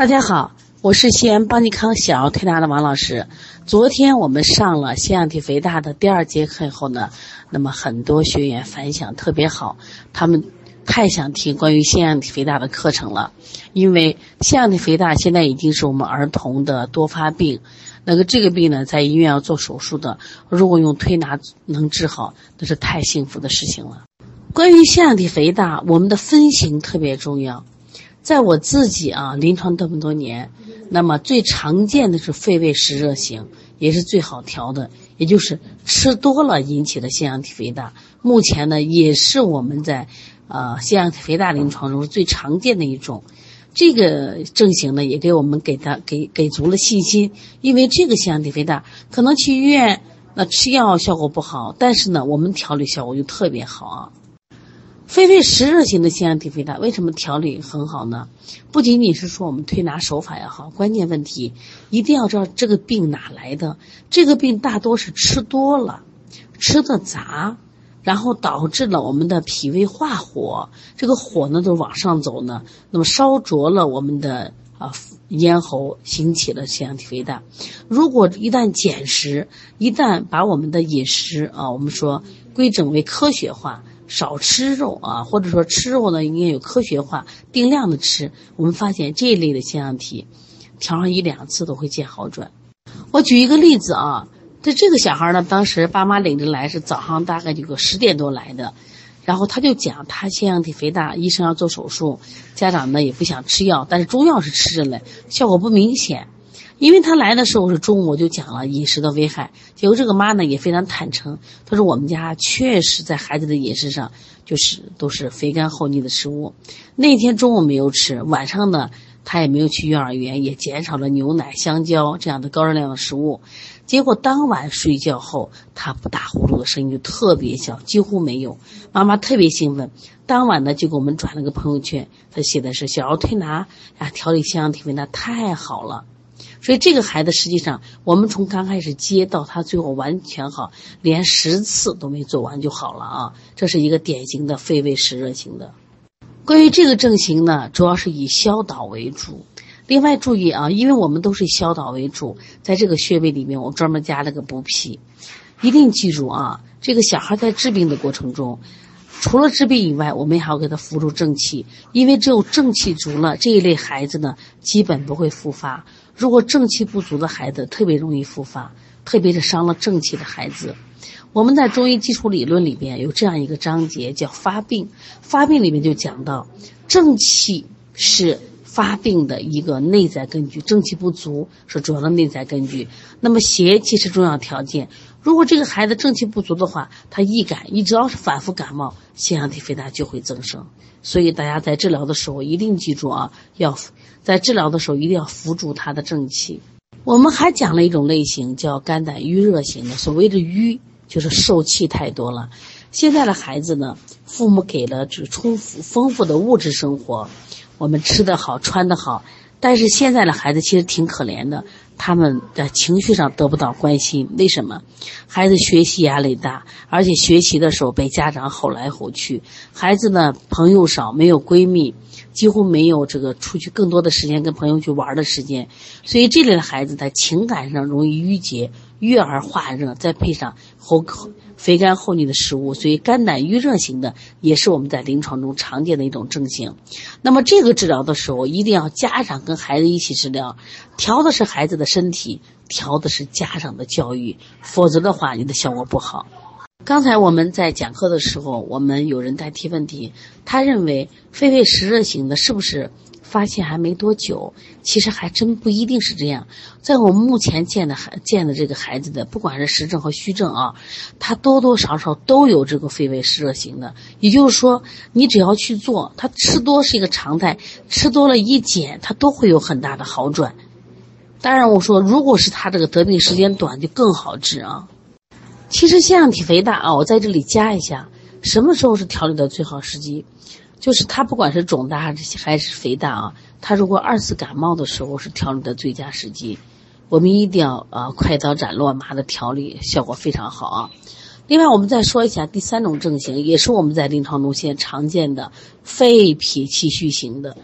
大家好，我是西安邦尼康小儿推拿的王老师。昨天我们上了腺样体肥大的第2节课以后呢，那么很多学员反响特别好，他们太想听关于腺样体肥大的课程了。因为腺样体肥大现在已经是我们儿童的多发病，那个这个病呢，在医院要做手术的，如果用推拿能治好，那是太幸福的事情了。关于腺样体肥大，我们的分型特别重要。在我自己临床这么多年，那么最常见的是肺胃湿热型，也是最好调的，也就是吃多了引起的腺样体肥大。目前呢，也是我们在腺样体肥大临床中最常见的一种。这个症型呢，也给我们给足了信心，因为这个腺样体肥大可能去医院吃药效果不好，但是呢，我们调理效果就特别好啊。肺胃湿热型的腺样体肥大为什么调理很好呢？不仅仅是说我们推拿手法也好，关键问题一定要知道这个病哪来的。这个病大多是吃多了，吃的杂，然后导致了我们的脾胃化火，这个火呢都往上走呢，那么烧灼了我们的咽喉，兴起了腺样体肥大。如果一旦减食，一旦把我们的饮食我们说规整为科学化，少吃肉或者说吃肉呢应该有科学化定量的吃，我们发现这一类的腺样体调上1-2次都会见好转。我举一个例子这个小孩呢，当时爸妈领着来是早上大概就个10点多来的，然后他就讲他腺样体肥大，医生要做手术，家长呢也不想吃药，但是中药是吃着了，效果不明显。因为他来的时候是中午，我就讲了饮食的危害，结果这个妈呢也非常坦诚，她说我们家确实在孩子的饮食上都是肥甘厚腻的食物。那天中午没有吃，晚上呢他也没有去幼儿园，也减少了牛奶、香蕉这样的高热量的食物。结果当晚睡觉后，他不打呼噜的声音就特别小，几乎没有。妈妈特别兴奋，当晚呢就给我们转了个朋友圈，他写的是小儿推拿调理腺样体肥大太好了。所以这个孩子实际上我们从刚开始接到他最后完全好，连10次都没做完就好了这是一个典型的肺胃湿热型的。关于这个症型呢，主要是以消导为主。另外注意因为我们都是以消导为主，在这个穴位里面我专门加了个补脾。一定记住这个小孩在治病的过程中，除了治病以外，我们还要给他扶助正气，因为只有正气足了，这一类孩子呢基本不会复发。如果正气不足的孩子特别容易复发，特别是伤了正气的孩子。我们在中医基础理论里边有这样一个章节叫发病，发病里面就讲到正气是发病的一个内在根据，正气不足是主要的内在根据，那么邪气是重要条件。如果这个孩子正气不足的话，他只要是反复感冒，腺样体肥大就会增生。所以大家在治疗的时候一定记住在治疗的时候一定要扶助他的正气。我们还讲了一种类型叫肝胆郁热型的，所谓的郁就是受气太多了。现在的孩子呢，父母给了丰富的物质生活，我们吃得好穿得好，但是现在的孩子其实挺可怜的，他们的情绪上得不到关心。为什么？孩子学习压力大，而且学习的时候被家长吼来吼去，孩子呢朋友少，没有闺蜜，几乎没有出去更多的时间跟朋友去玩的时间，所以这类的孩子在情感上容易郁结，郁而化热，再配上肥甘厚腻的食物，所以肝胆郁热型的也是我们在临床中常见的一种症型。那么这个治疗的时候一定要家长跟孩子一起治疗，调的是孩子的身体，调的是家长的教育，否则的话你的效果不好。刚才我们在讲课的时候，我们有人在提问题，他认为肺胃湿热型的是不是发现还没多久？其实还真不一定是这样。在我们目前见的这个孩子的，不管是实症和虚症他多多少少都有这个肺胃湿热型的。也就是说，你只要去做，他吃多是一个常态，吃多了一减，他都会有很大的好转。当然我说，如果是他这个得病时间短，就更好治其实腺样体肥大我在这里加一下，什么时候是调理的最好时机？就是他不管是肿大还是肥大他如果2次感冒的时候是调理的最佳时机。我们一定要快刀斩乱麻的调理，效果非常好另外我们再说一下第3种症型，也是我们在临床中现在常见的肺脾气虚型的。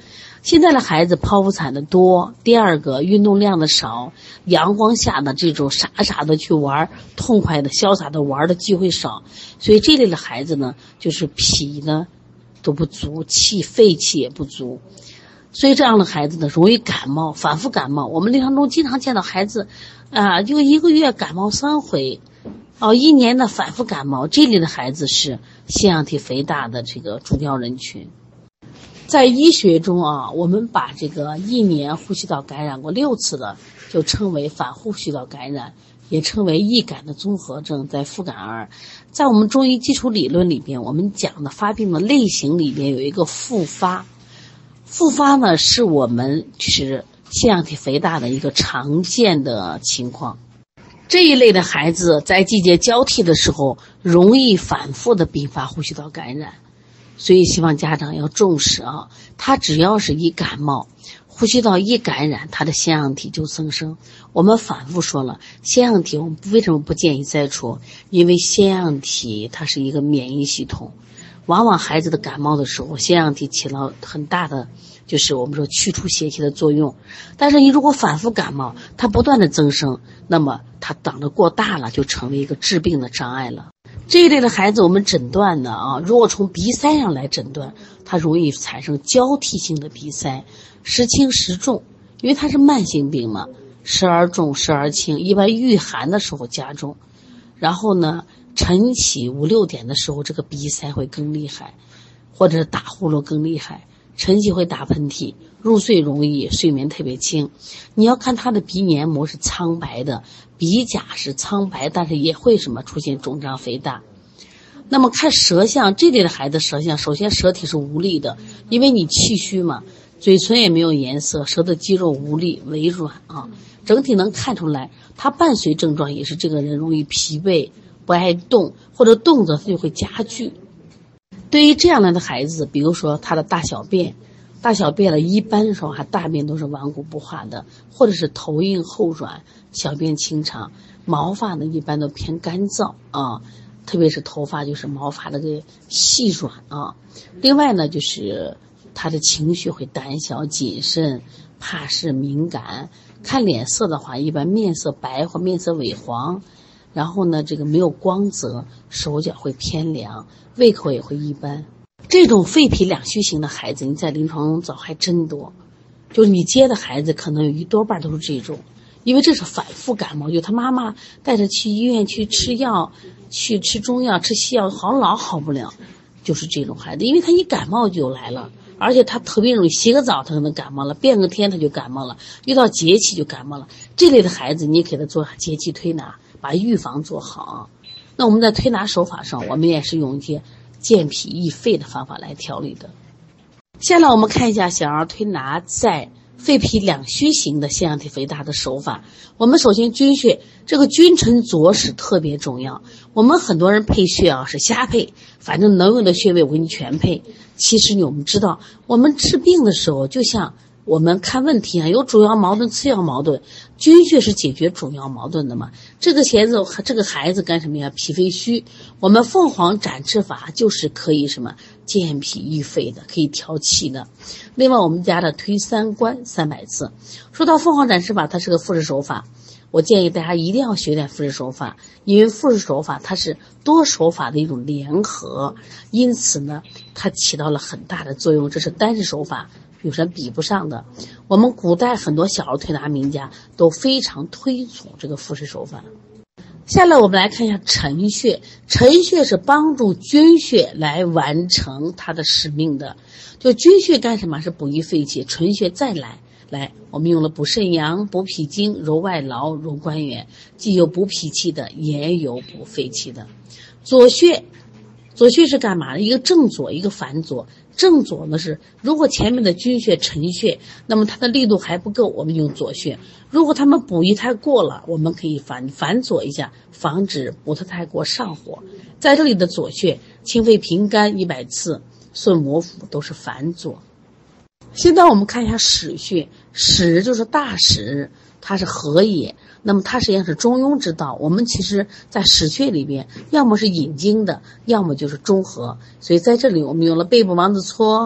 现在的孩子剖腹产的多，第二个运动量的少，阳光下的这种傻傻的去玩，痛快的潇洒的玩的机会少，所以这类的孩子呢，就是脾呢都不足，肺气也不足，所以这样的孩子呢容易感冒，反复感冒。我们临床中经常见到孩子就1个月感冒3回，1年的反复感冒，这类的孩子是腺样体肥大的这个主要人群。在医学中我们把这个1年呼吸道感染过6次的就称为反呼吸道感染，也称为易感的综合症，在妇感儿。在我们中医基础理论里边，我们讲的发病的类型里边有一个复发。复发呢是我们就是腺样体肥大的一个常见的情况。这一类的孩子在季节交替的时候容易反复的并发呼吸道感染，所以希望家长要重视他只要是一感冒，呼吸道一感染，他的腺样体就增生。我们反复说了，腺样体我们为什么不建议摘除？因为腺样体它是一个免疫系统，往往孩子的感冒的时候，腺样体起了很大的就是我们说去除邪气的作用。但是你如果反复感冒，它不断的增生，那么它长得过大了，就成为一个致病的障碍了。这一类的孩子我们诊断的如果从鼻塞上来诊断，它容易产生交替性的鼻塞，时轻时重，因为它是慢性病嘛，时而重时而轻，一般遇寒的时候加重，然后呢晨起5、6点的时候这个鼻塞会更厉害，或者是打呼噜更厉害，晨起会打喷嚏，入睡容易，睡眠特别轻。你要看他的鼻黏膜是苍白的，鼻甲是苍白，但是也会出现肿胀肥大。那么看舌象，这类的孩子舌象，首先舌体是无力的，因为你气虚嘛，嘴唇也没有颜色，舌的肌肉无力微软整体能看出来，他伴随症状也是这个人容易疲惫，不爱动，或者动作他就会加剧。对于这样的孩子，比如说他的大小便呢，一般说大便都是顽固不化的，或者是头硬后软，小便清长，毛发呢一般都偏干燥特别是头发就是毛发这个细软另外呢就是他的情绪会胆小谨慎，怕事敏感，看脸色的话一般面色白或面色萎黄，然后呢这个没有光泽，手脚会偏凉，胃口也会一般。这种肺脾两虚型的孩子你在临床中找还真多，就是你接的孩子可能有多半都是这种，因为这是反复感冒，就他妈妈带着去医院去吃药，去吃中药吃西药，老好不了，就是这种孩子，因为他一感冒就来了，而且他特别容易洗个澡他可能感冒了，变个天他就感冒了，遇到节气就感冒了。这类的孩子你给他做节气推拿，把预防做好。那我们在推拿手法上，我们也是用一些健脾益肺的方法来调理的。下来我们看一下小儿推拿在肺脾两虚型的腺样体肥大的手法。我们首先均穴，这个君臣佐使特别重要。我们很多人配穴是瞎配，反正能用的穴位我给你全配。其实我们知道，我们治病的时候就像我们看问题有主要矛盾次要矛盾，君穴是解决主要矛盾的嘛。这个孩子干什么呀？脾肺虚，我们凤凰展翅法就是可以健脾益肺的，可以调气的。另外我们家的推三关300次。说到凤凰展翅法，它是个复式手法，我建议大家一定要学点复式手法，因为复式手法它是多手法的一种联合，因此呢它起到了很大的作用，这是单式手法有什么比不上的。我们古代很多小儿推拿名家都非常推崇这个复式手法。下来我们来看一下辰穴。辰穴是帮助君穴来完成它的使命的。就君穴干什么？是补益肺气，辰穴再来我们用了补肾阳、补脾经、揉外劳、揉关元，既有补脾气的，也有补肺气的。左穴是干嘛的？一个正左一个反左。正左呢是如果前面的君穴辰穴那么它的力度还不够，我们用左穴。如果他们补益太过了，我们可以反左一下，防止补得太过上火。在这里的左穴清肺平肝100次，顺摩腹都是反左。现在我们看一下始穴。始就是大始，它是合也，那么它实际上是中庸之道。我们其实在始穴里边要么是引经的，要么就是中和，所以在这里我们用了背部王子搓、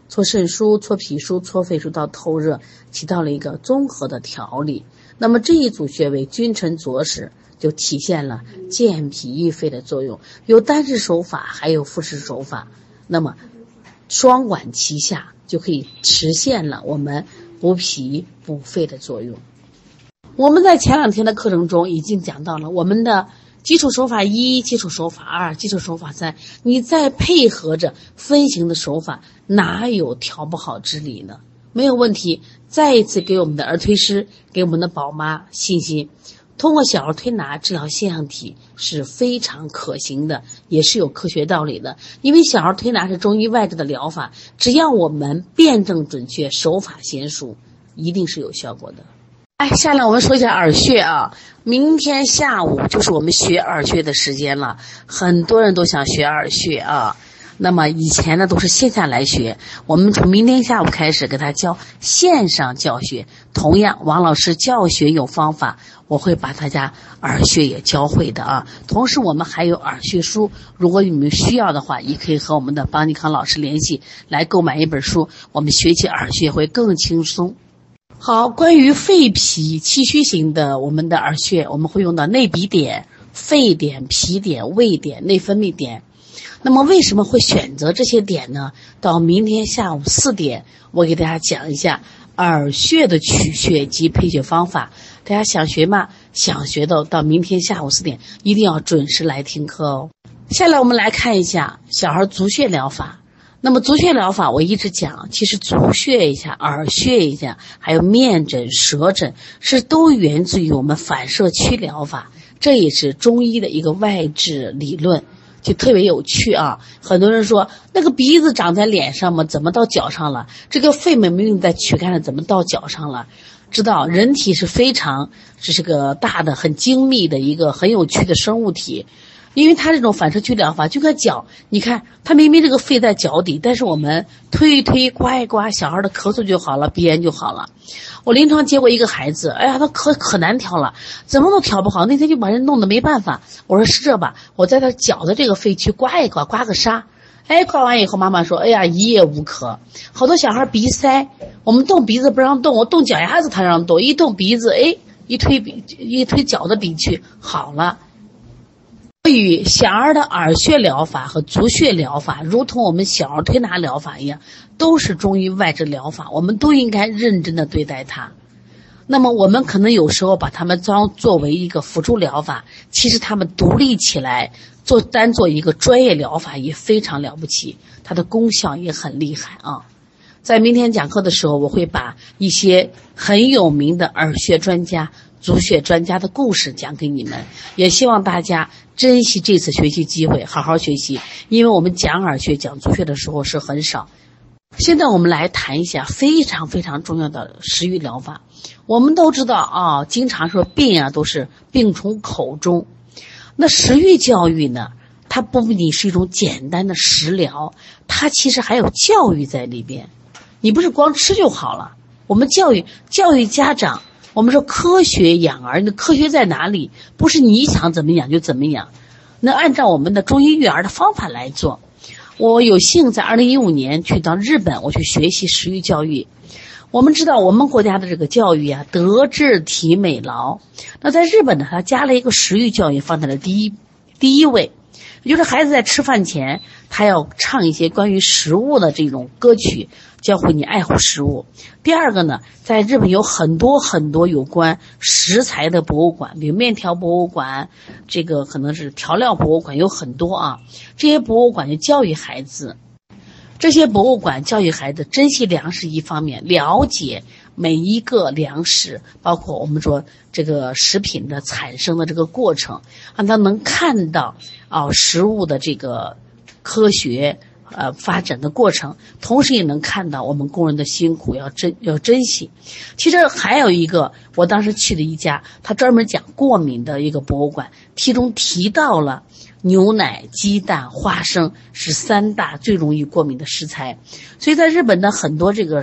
搓肾腧、搓脾腧、搓肺腧到透热，起到了一个综合的调理。那么这一组穴位君臣佐使，就体现了健脾益肺的作用，有单式手法，还有复式手法，那么双管齐下，就可以实现了我们补脾补肺的作用。我们在前2天的课程中已经讲到了我们的基础手法1、基础手法2、基础手法3，你再配合着分型的手法，哪有调不好之理呢？没有问题。再一次给我们的儿推师，给我们的宝妈信心，通过小儿推拿治疗腺样体是非常可行的，也是有科学道理的。因为小儿推拿是中医外治的疗法，只要我们辩证准确，手法娴熟，一定是有效果的。下来我们说一下耳穴啊。明天下午就是我们学耳穴的时间了，很多人都想学耳穴啊。那么以前呢都是线下来学，我们从明天下午开始给他教线上教学。同样，王老师教学有方法，我会把大家耳穴也教会的啊。同时我们还有耳穴书，如果你们需要的话，也可以和我们的邦尼康老师联系，来购买一本书，我们学习耳穴会更轻松。好，关于肺脾气虚型的我们的耳穴，我们会用到内鼻点、肺点、脾点、胃点、内分泌点。那么为什么会选择这些点呢？到明天下午4点，我给大家讲一下耳穴的取穴及配穴方法。大家想学吗？想学的到明天下午4点一定要准时来听课哦。下来我们来看一下小孩足穴疗法。那么足穴疗法我一直讲，其实足穴一下、耳穴一下，还有面诊、舌诊是都源自于我们反射区疗法，这也是中医的一个外治理论，就特别有趣啊。很多人说那个鼻子长在脸上嘛，怎么到脚上了？这个肺明明在躯干上，怎么到脚上了？知道人体是非常这是个大的很精密的一个很有趣的生物体。因为它这种反射区疗法就跟脚，你看它明明这个肺在脚底，但是我们推一推刮一刮，小孩的咳嗽就好了，鼻炎就好了。我临床接过一个孩子，哎呀他可难调了，怎么都调不好，那天就把人弄得没办法。我说是这吧，我在他脚的这个肺区刮一刮，刮个痧。刮完以后妈妈说，哎呀一夜无咳。好多小孩鼻塞，我们动鼻子不让动，我动脚丫子他让动，一动鼻子一推脚的鼻区好了。与小儿的耳穴疗法和足穴疗法如同我们小儿推拿疗法一样，都是中医外治疗法，我们都应该认真的对待它。那么我们可能有时候把它们作为一个辅助疗法，其实它们独立起来单做一个专业疗法也非常了不起，它的功效也很厉害啊。在明天讲课的时候，我会把一些很有名的耳穴专家、足穴专家的故事讲给你们，也希望大家珍惜这次学习机会，好好学习，因为我们讲耳穴、讲足穴的时候是很少。现在我们来谈一下非常非常重要的食欲疗法。我们都知道啊，经常说病啊都是病从口中，那食欲教育呢，它不仅是一种简单的食疗，它其实还有教育在里边。你不是光吃就好了，我们教育家长。我们说科学养儿，那科学在哪里？不是你想怎么养就怎么养，那按照我们的中医育儿的方法来做。我有幸在2015年去到日本，我去学习食欲教育。我们知道我们国家的这个教育啊，德智体美劳。那在日本呢，他加了一个食欲教育放在了第一位，也就是孩子在吃饭前，他要唱一些关于食物的这种歌曲，教会你爱护食物。第二个呢，在日本有很多很多有关食材的博物馆，比如面条博物馆，这个可能是调料博物馆，有很多啊。这些博物馆就教育孩子，这些博物馆教育孩子珍惜粮食一方面，了解每一个粮食，包括我们说这个食品的产生的这个过程，让他能看到食物的这个科学发展的过程，同时也能看到我们工人的辛苦，要珍惜。其实还有一个，我当时去的一家，他专门讲过敏的一个博物馆，其中提到了牛奶、鸡蛋、花生是3大最容易过敏的食材。所以在日本的很多这个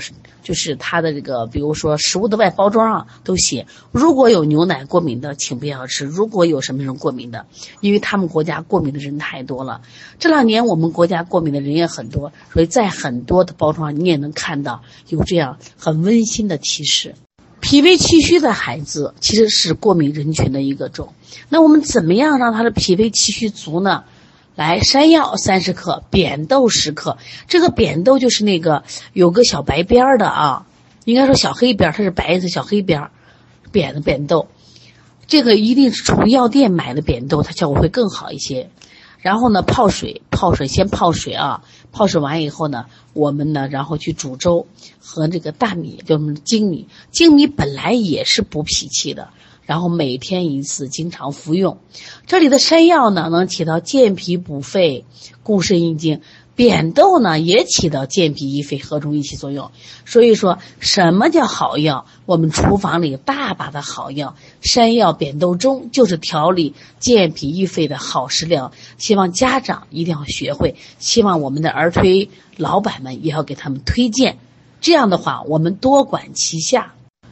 就是它的这个，比如说食物的外包装上都写，如果有牛奶过敏的，请不要吃；如果有什么人过敏的，因为他们国家过敏的人太多了。这2年我们国家过敏的人也很多，所以在很多的包装上你也能看到有这样很温馨的提示。脾胃气虚的孩子其实是过敏人群的一个种，那我们怎么样让他的脾胃气虚足呢？来，山药30克，扁豆10克。这个扁豆就是那个有个小白边的啊，应该说小黑边，它是白色小黑边，扁的扁豆。这个一定是从药店买的扁豆，它效果会更好一些。然后呢，泡水先泡水啊，泡水完以后呢，我们呢然后去煮粥，和这个大米就是精米本来也是补脾气的，然后每天1次，经常服用。这里的山药呢能起到健脾补肺、固肾益精，扁豆呢也起到健脾益肺、合中益气作用。所以说什么叫好药？我们厨房里大把的好药，山药扁豆粥就是调理健脾益肺的好食疗。希望家长一定要学会，希望我们的儿推老板们也要给他们推荐。这样的话我们多管齐下，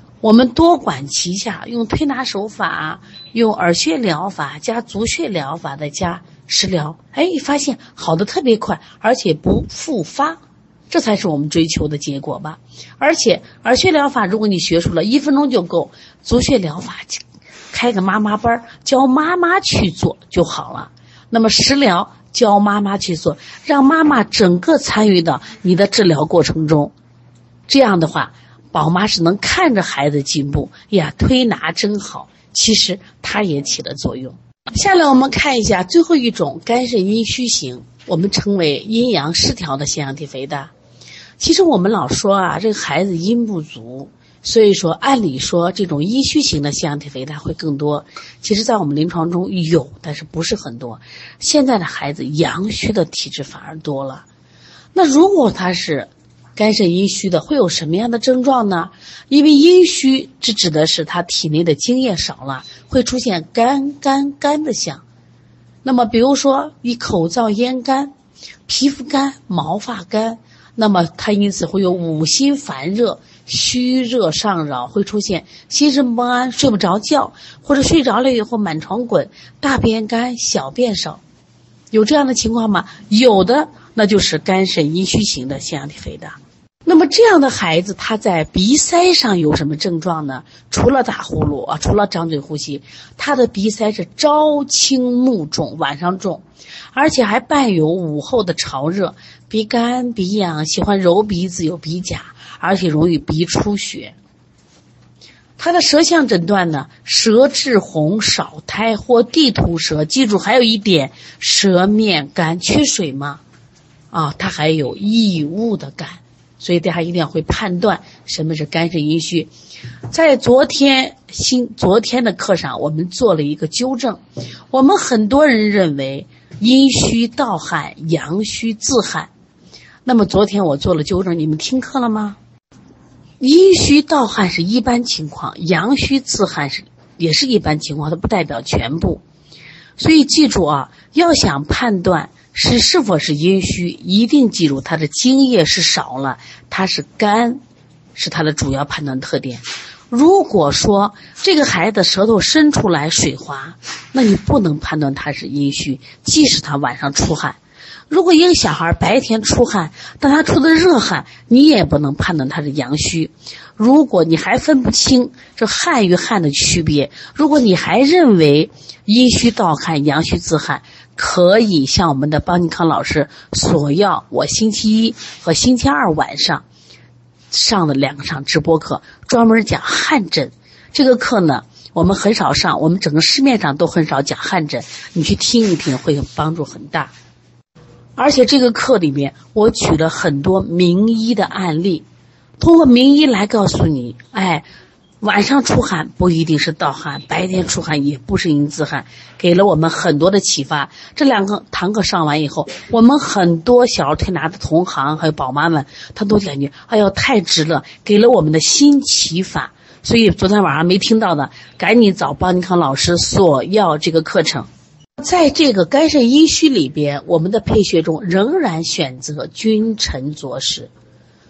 用推拿手法，用耳穴疗法加足穴疗法再加食疗，发现好的特别快，而且不复发，这才是我们追求的结果吧。而且耳穴疗法如果你学出了1分钟就够，足穴疗法开个妈妈班教妈妈去做就好了。那么食疗教妈妈去做，让妈妈整个参与到你的治疗过程中，这样的话宝妈是能看着孩子进步呀，推拿真好，其实它也起了作用。下来我们看一下最后一种肝肾阴虚型，我们称为阴阳失调的腺样体肥大。其实我们老说啊，这个孩子阴不足，所以说按理说这种阴虚型的腺样体肥大会更多，其实在我们临床中有，但是不是很多。现在的孩子阳虚的体质反而多了。那如果他是肝肾阴虚的，会有什么样的症状呢？因为阴虚这指的是他体内的津液少了，会出现干的象。那么比如说以口燥咽干、皮肤干、毛发干，那么他因此会有五心烦热、虚热上扰，会出现心神不安、睡不着觉，或者睡着了以后满床滚、大便干、小便少。有这样的情况吗？有的，那就是肝肾阴虚型的腺样体肥大。那么这样的孩子他在鼻塞上有什么症状呢？除了打呼噜啊，除了张嘴呼吸，他的鼻塞是朝清暮重，晚上重，而且还伴有午后的潮热，鼻干鼻痒，喜欢揉鼻子，有鼻甲，而且容易鼻出血。他的舌象诊断呢，舌质红少苔或地吐舌，记住还有一点，舌面干，缺水吗？他还有异物的干，所以大家一定要会判断什么是肝肾阴虚。在昨天的课上，我们做了一个纠正，我们很多人认为阴虚盗汗，阳虚自汗。那么昨天我做了纠正，你们听课了吗？阴虚盗汗是一般情况，阳虚自汗也是一般情况，它不代表全部。所以记住啊，要想判断是否是阴虚，一定记住它的津液是少了，它是干，是它的主要判断特点。如果说这个孩子舌头伸出来水滑，那你不能判断他是阴虚，即使他晚上出汗。如果一个小孩白天出汗，但他出的热汗，你也不能判断他是阳虚。如果你还分不清这汗与汗的区别，如果你还认为阴虚盗汗、阳虚自汗，可以向我们的邦尼康老师索要我星期一和星期二晚上上的2场直播课，专门讲汗疹。这个课呢我们很少上，我们整个市面上都很少讲汗疹，你去听一听会有帮助很大。而且这个课里面我举了很多名医的案例，通过名医来告诉你，晚上出汗不一定是盗汗，白天出汗也不是阴自汗，给了我们很多的启发。这2个堂课上完以后，我们很多小儿推拿的同行还有宝妈们，他都感觉太值了，给了我们的新启发。所以昨天晚上没听到的，赶紧找邦尼康老师索要这个课程。在这个肝肾阴虚里边，我们的配穴中仍然选择君臣佐使。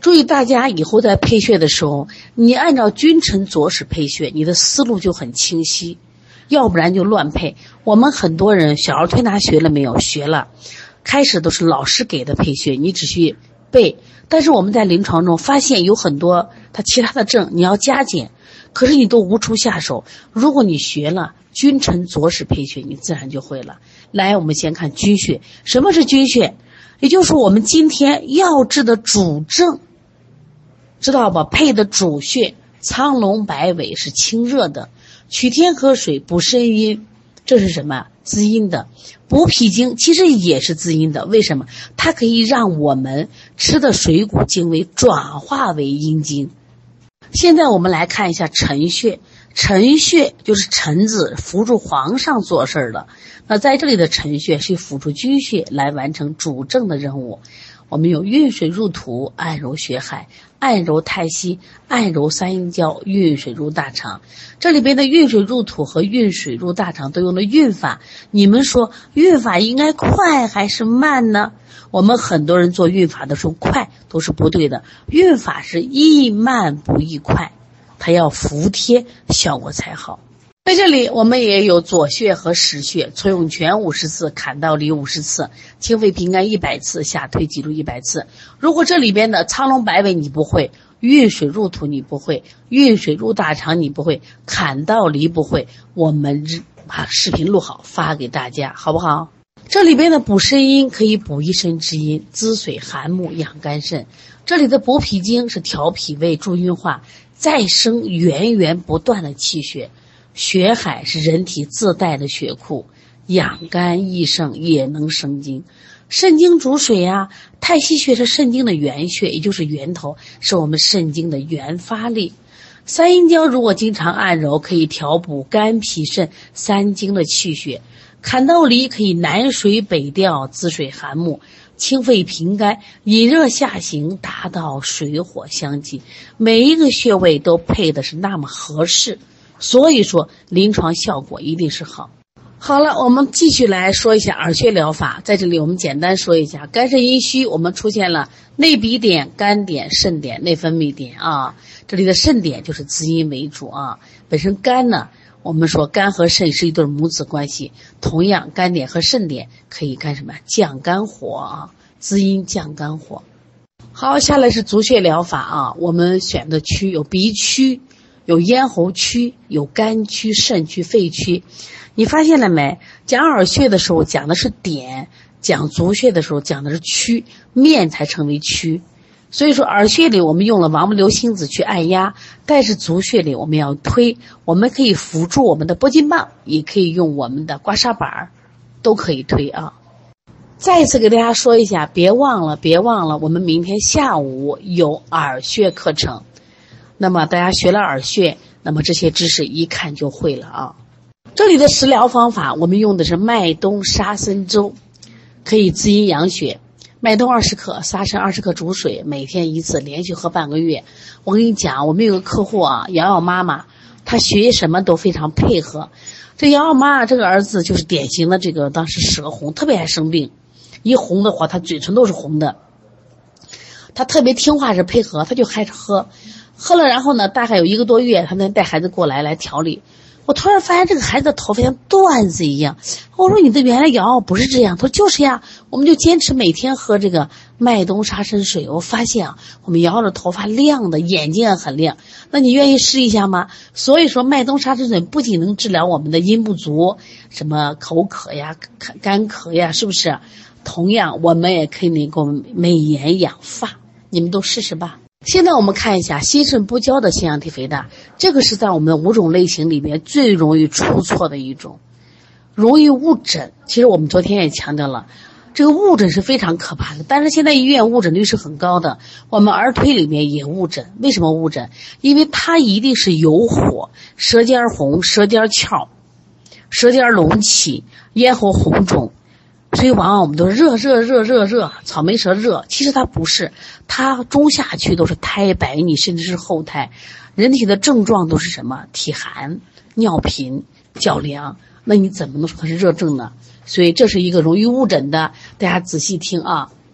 注意大家以后在配穴的时候，你按照君臣佐使配穴，你的思路就很清晰，要不然就乱配。我们很多人小儿推拿学了没有？学了，开始都是老师给的配穴，你只需背。但是我们在临床中发现有很多他其他的症你要加减，可是你都无处下手。如果你学了君臣佐使配穴，你自然就会了。来，我们先看君穴。什么是君穴？也就是我们今天要治的主症，知道吧？配的主穴苍龙摆尾是清热的，取天河水补肾阴，这是什么？滋阴的。补脾经其实也是滋阴的，为什么？它可以让我们吃的水谷精微转化为阴经。现在我们来看一下辰穴。辰穴就是臣子辅助皇上做事的，那在这里的辰穴是辅助君穴来完成主政的任务。我们有运水入土，按揉血海，按揉太溪，按揉三阴交，运水入大肠。这里边的运水入土和运水入大肠都用了运法，你们说运法应该快还是慢呢？我们很多人做运法的时候快都是不对的，运法是宜慢不宜快，它要服帖，效果才好。在这里我们也有左穴和实穴，搓涌泉50次，坎道离50次，清肺平肝100次，下推脊柱100次。如果这里边的苍龙摆尾你不会，运水入土你不会，运水入大肠你不会，坎道离不会，我们把视频录好发给大家，好不好？这里边的补肾阴可以补一身之阴，滋水涵木，养肝肾。这里的补脾经是调脾胃，助运化，再生源源不断的气血。血海是人体自带的血库，养肝益肾，也能生津。肾经主水啊，太溪穴是肾经的原穴，也就是源头，是我们肾经的原发力。三阴交如果经常按揉，可以调补肝脾肾三经的气血。坎道离可以南水北调，滋水涵木，清肺平肝，引热下行，达到水火相济。每一个穴位都配的是那么合适，所以说临床效果一定是好。好了，我们继续来说一下耳穴疗法。在这里我们简单说一下，肝肾阴虚我们出现了内鼻点、肝点、肾点、内分泌点啊。这里的肾点就是滋阴为主啊。本身肝呢，我们说肝和肾是一对母子关系，同样肝点和肾点可以干什么？降肝火啊，滋阴降肝火。好，下来是足穴疗法啊。我们选的区有鼻区，有咽喉区，有肝区、肾区、肺区。你发现了没？讲耳穴的时候讲的是点，讲足穴的时候讲的是区，面才称为区。所以说耳穴里我们用了王木流星子去按压，但是足穴里我们要推，我们可以辅助我们的拨筋棒，也可以用我们的刮痧板，都可以推啊。再一次给大家说一下，别忘了，我们明天下午有耳穴课程。那么大家学了耳穴，那么这些知识一看就会了啊。这里的食疗方法，我们用的是麦冬沙参粥，可以滋阴养血。麦冬20克，沙参20克煮水，每天1次，连续喝半个月。我跟你讲，我们有个客户啊，瑶瑶妈妈，她学什么都非常配合。这瑶瑶妈这个儿子就是典型的这个当时舌红，特别爱生病，一红的话他嘴唇都是红的。他特别听话是配合，他就开始喝了，然后呢大概有1个多月，他们带孩子过来调理。我突然发现这个孩子的头发像段子一样，我说你的原来瑶不是这样，他说就是呀，我们就坚持每天喝这个麦冬沙参水。我发现啊，我们瑶的头发亮的，眼睛也很亮，那你愿意试一下吗？所以说麦冬沙参水不仅能治疗我们的阴不足，什么口渴呀、干咳呀，是不是？同样我们也可以能够美颜养发，你们都试试吧。现在我们看一下心肾不交的腺样体肥大，这个是在我们的5种类型里面最容易出错的一种，容易误诊。其实我们昨天也强调了，这个误诊是非常可怕的，但是现在医院误诊率是很高的，我们儿推里面也误诊。为什么误诊？因为它一定是有火，舌尖红、舌尖翘、舌尖隆起、咽喉红肿，所以往往我们都热，草莓舌热，其实它不是，它中下区都是胎白腻，甚至是后胎。人体的症状都是什么？体寒、尿频、脚凉，那你怎么能说它是热症呢？所以这是一个容易误诊的，大家仔细听啊。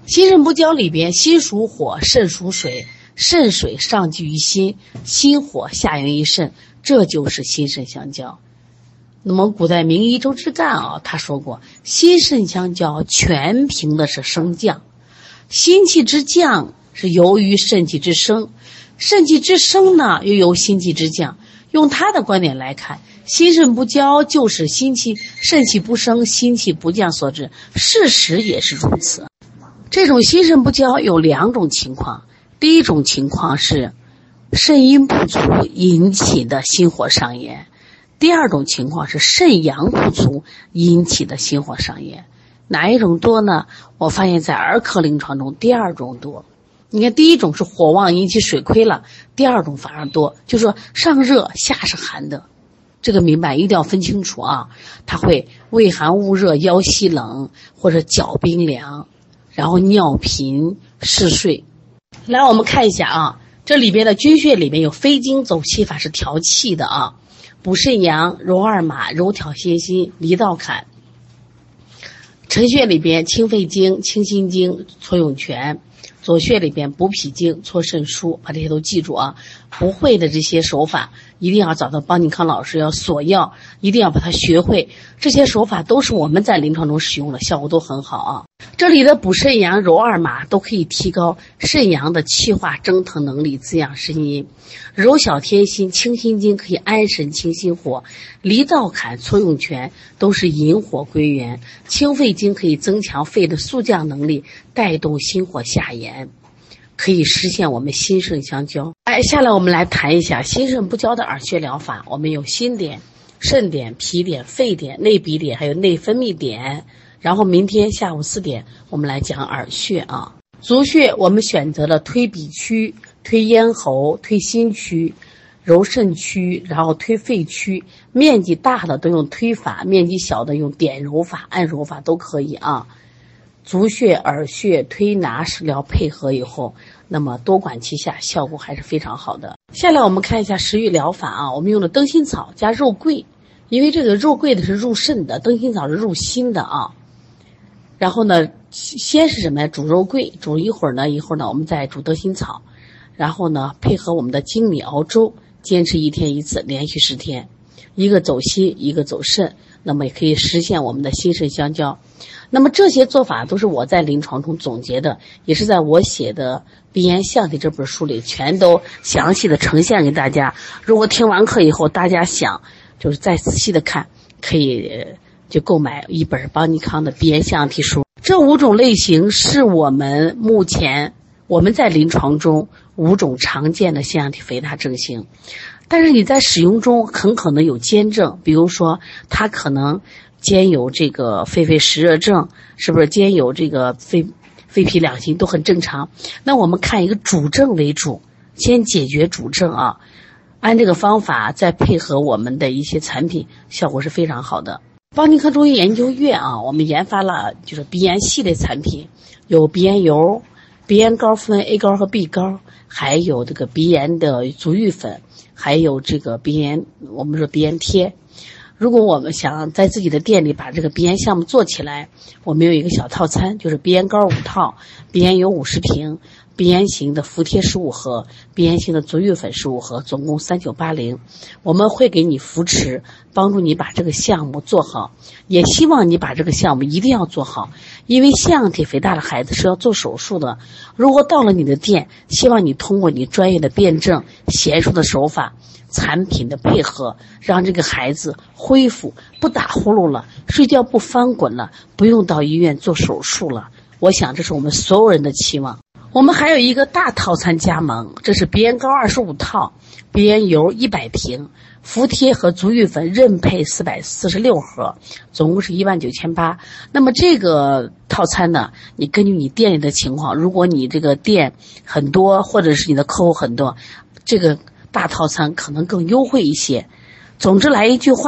心肾不交里边，心属火，肾属水，肾水上聚于心，心火下营于肾，这就是心肾相交。那么古代名医周之干啊，他说过，心肾相交，全凭的是升降。心气之降是由于肾气之升，肾气之升呢又由心气之降。用他的观点来看，心肾不交就是肾气不升，心气不降所致，事实也是如此。这种心肾不交有两种情况，第一种情况是肾阴不足引起的心火上炎，第二种情况是肾阳不足引起的心火上炎。哪一种多呢？我发现在儿科临床中第二种多。你看第一种是火旺引起水亏了，第二种反而多，就是说上热下是寒的。这个明白一定要分清楚啊，它会畏寒恶热，腰膝冷，或者脚冰凉，然后尿频嗜睡。来我们看一下啊，这里边的君穴里面有飞经走气法是调气的啊，补肾阳，揉二马，揉挑心心，离道坎。承穴里边清肺经、清心经、搓涌泉，左穴里边补脾经、搓肾腧，把这些都记住啊。不会的这些手法一定要找到邦尼康老师，要索要，一定要把它学会。这些手法都是我们在临床中使用的，效果都很好啊。这里的补肾阳、揉二马都可以提高肾阳的气化蒸腾能力，滋养肾阴。揉小天心、清心经可以安神清心火，离道坎、搓涌泉都是引火归元。清肺经可以增强肺的速降能力，带动心火下炎，可以实现我们心肾相交。下来我们来谈一下心肾不交的耳穴疗法。我们有心点、肾点、脾点、肺点、内鼻点，还有内分泌点。然后明天下午4点我们来讲耳穴啊。足穴我们选择了推鼻区、推咽喉、推心区、揉肾区，然后推肺区。面积大的都用推法，面积小的用点揉法、按揉法都可以啊。足穴、耳穴、推拿食疗配合以后，那么多管齐下，效果还是非常好的。下来我们看一下食欲疗法啊，我们用的灯心草加肉桂，因为这个肉桂的是入肾的，灯心草是入心的啊。然后呢，先是什么呀？煮肉桂，煮一会儿呢我们再煮灯心草，然后呢配合我们的粳米熬粥，坚持1天1次，连续10天，一个走心，一个走肾，那么也可以实现我们的心肾相交。那么这些做法都是我在临床中总结的，也是在我写的《鼻炎象体》这本书里全都详细的呈现给大家。如果听完课以后大家想就是再仔细的看，可以就购买一本邦尼康的鼻炎象体书。这5种类型是我们目前我们在临床中5种常见的腺样体肥大症型，但是你在使用中很可能有兼症，比如说它可能兼有这个肺湿热症，是不是兼有这个肺脾两型都很正常。那我们看一个主症为主，先解决主症啊，按这个方法再配合我们的一些产品，效果是非常好的。邦尼康中医研究院啊，我们研发了就是鼻炎系列产品，有鼻炎油、鼻炎膏分 A 膏和 B 膏，还有这个鼻炎的足浴粉，还有这个我们说鼻炎贴。如果我们想在自己的店里把这个鼻炎项目做起来，我们有一个小套餐，就是鼻炎膏5套，鼻炎油50瓶，鼻炎型的服贴15盒，鼻炎型的足浴粉15盒，总共3980。我们会给你扶持，帮助你把这个项目做好，也希望你把这个项目一定要做好，因为腺样体肥大的孩子是要做手术的。如果到了你的店，希望你通过你专业的辩证、娴熟的手法、产品的配合，让这个孩子恢复，不打呼噜了，睡觉不翻滚了，不用到医院做手术了。我想这是我们所有人的期望。我们还有一个大套餐加盟，这是鼻炎膏25套，鼻炎油100瓶，服贴和足浴粉任配446盒，总共是19800。那么这个套餐呢，你根据你店里的情况，如果你这个店很多，或者是你的客户很多，这个大套餐可能更优惠一些。总之来一句话，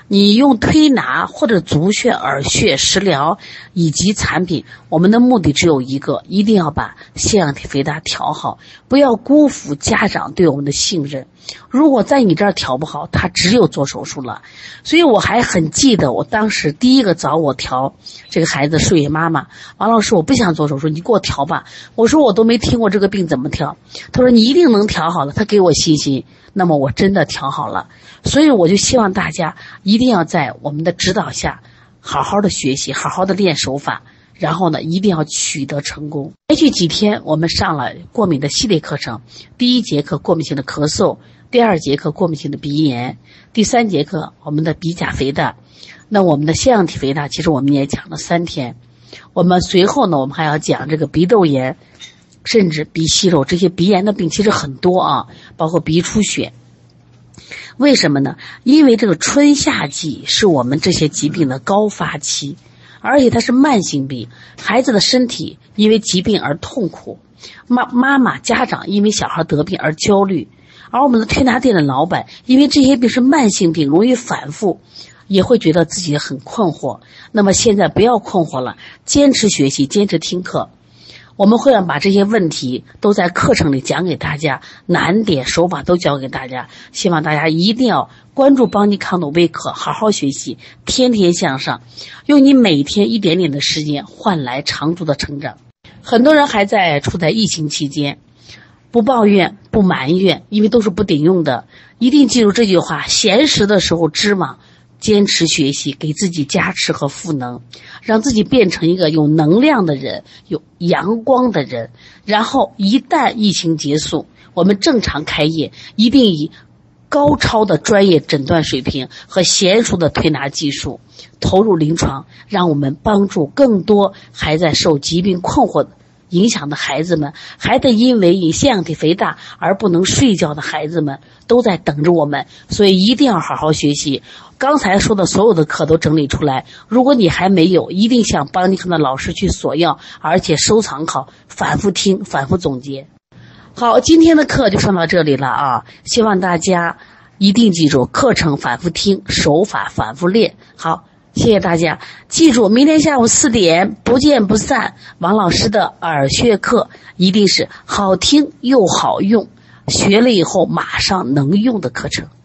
你用推拿或者足穴、耳穴、食疗以及产品，我们的目的只有一个，一定要把腺样体肥大调好，不要辜负家长对我们的信任。如果在你这儿调不好，他只有做手术了。所以我还很记得，我当时第一个找我调这个孩子睡眠妈妈，王老师，我不想做手术，你给我调吧。我说我都没听过这个病怎么调，他说你一定能调好的，他给我信心。那么我真的调好了，所以我就希望大家一定要在我们的指导下好好的学习，好好的练手法，然后呢一定要取得成功。连续几天我们上了过敏的系列课程，第一节课过敏性的咳嗽，第二节课过敏性的鼻炎，第三节课我们的鼻甲肥大，那我们的腺样体肥大其实我们也讲了3天。我们随后呢我们还要讲这个鼻窦炎，甚至鼻息肉，这些鼻炎的病其实很多啊，包括鼻出血。为什么呢？因为这个春夏季是我们这些疾病的高发期，而且它是慢性病，孩子的身体因为疾病而痛苦，妈妈家长因为小孩得病而焦虑，而我们的推拿店的老板因为这些病是慢性病，容易反复，也会觉得自己很困惑。那么现在不要困惑了，坚持学习，坚持听课，我们会把这些问题都在课程里讲给大家，难点手法都教给大家。希望大家一定要关注邦尼康的微课，好好学习，天天向上，用你每天一点点的时间换来长足的成长。很多人还在处在疫情期间，不抱怨不埋怨，因为都是不顶用的。一定记住这句话，闲时的时候知嘛，坚持学习，给自己加持和赋能，让自己变成一个有能量的人，有阳光的人。然后一旦疫情结束，我们正常开业，一定以高超的专业诊断水平和娴熟的推拿技术投入临床，让我们帮助更多还在受疾病困惑影响的孩子们，还在因为腺样体肥大而不能睡觉的孩子们，都在等着我们。所以一定要好好学习，刚才说的所有的课都整理出来，如果你还没有，一定向邦尼康的老师去索要，而且收藏好，反复听，反复总结。好，今天的课就上到这里了啊！希望大家一定记住，课程反复听，手法反复练。好，谢谢大家，记住明天下午4点不见不散。王老师的耳穴课一定是好听又好用，学了以后马上能用的课程。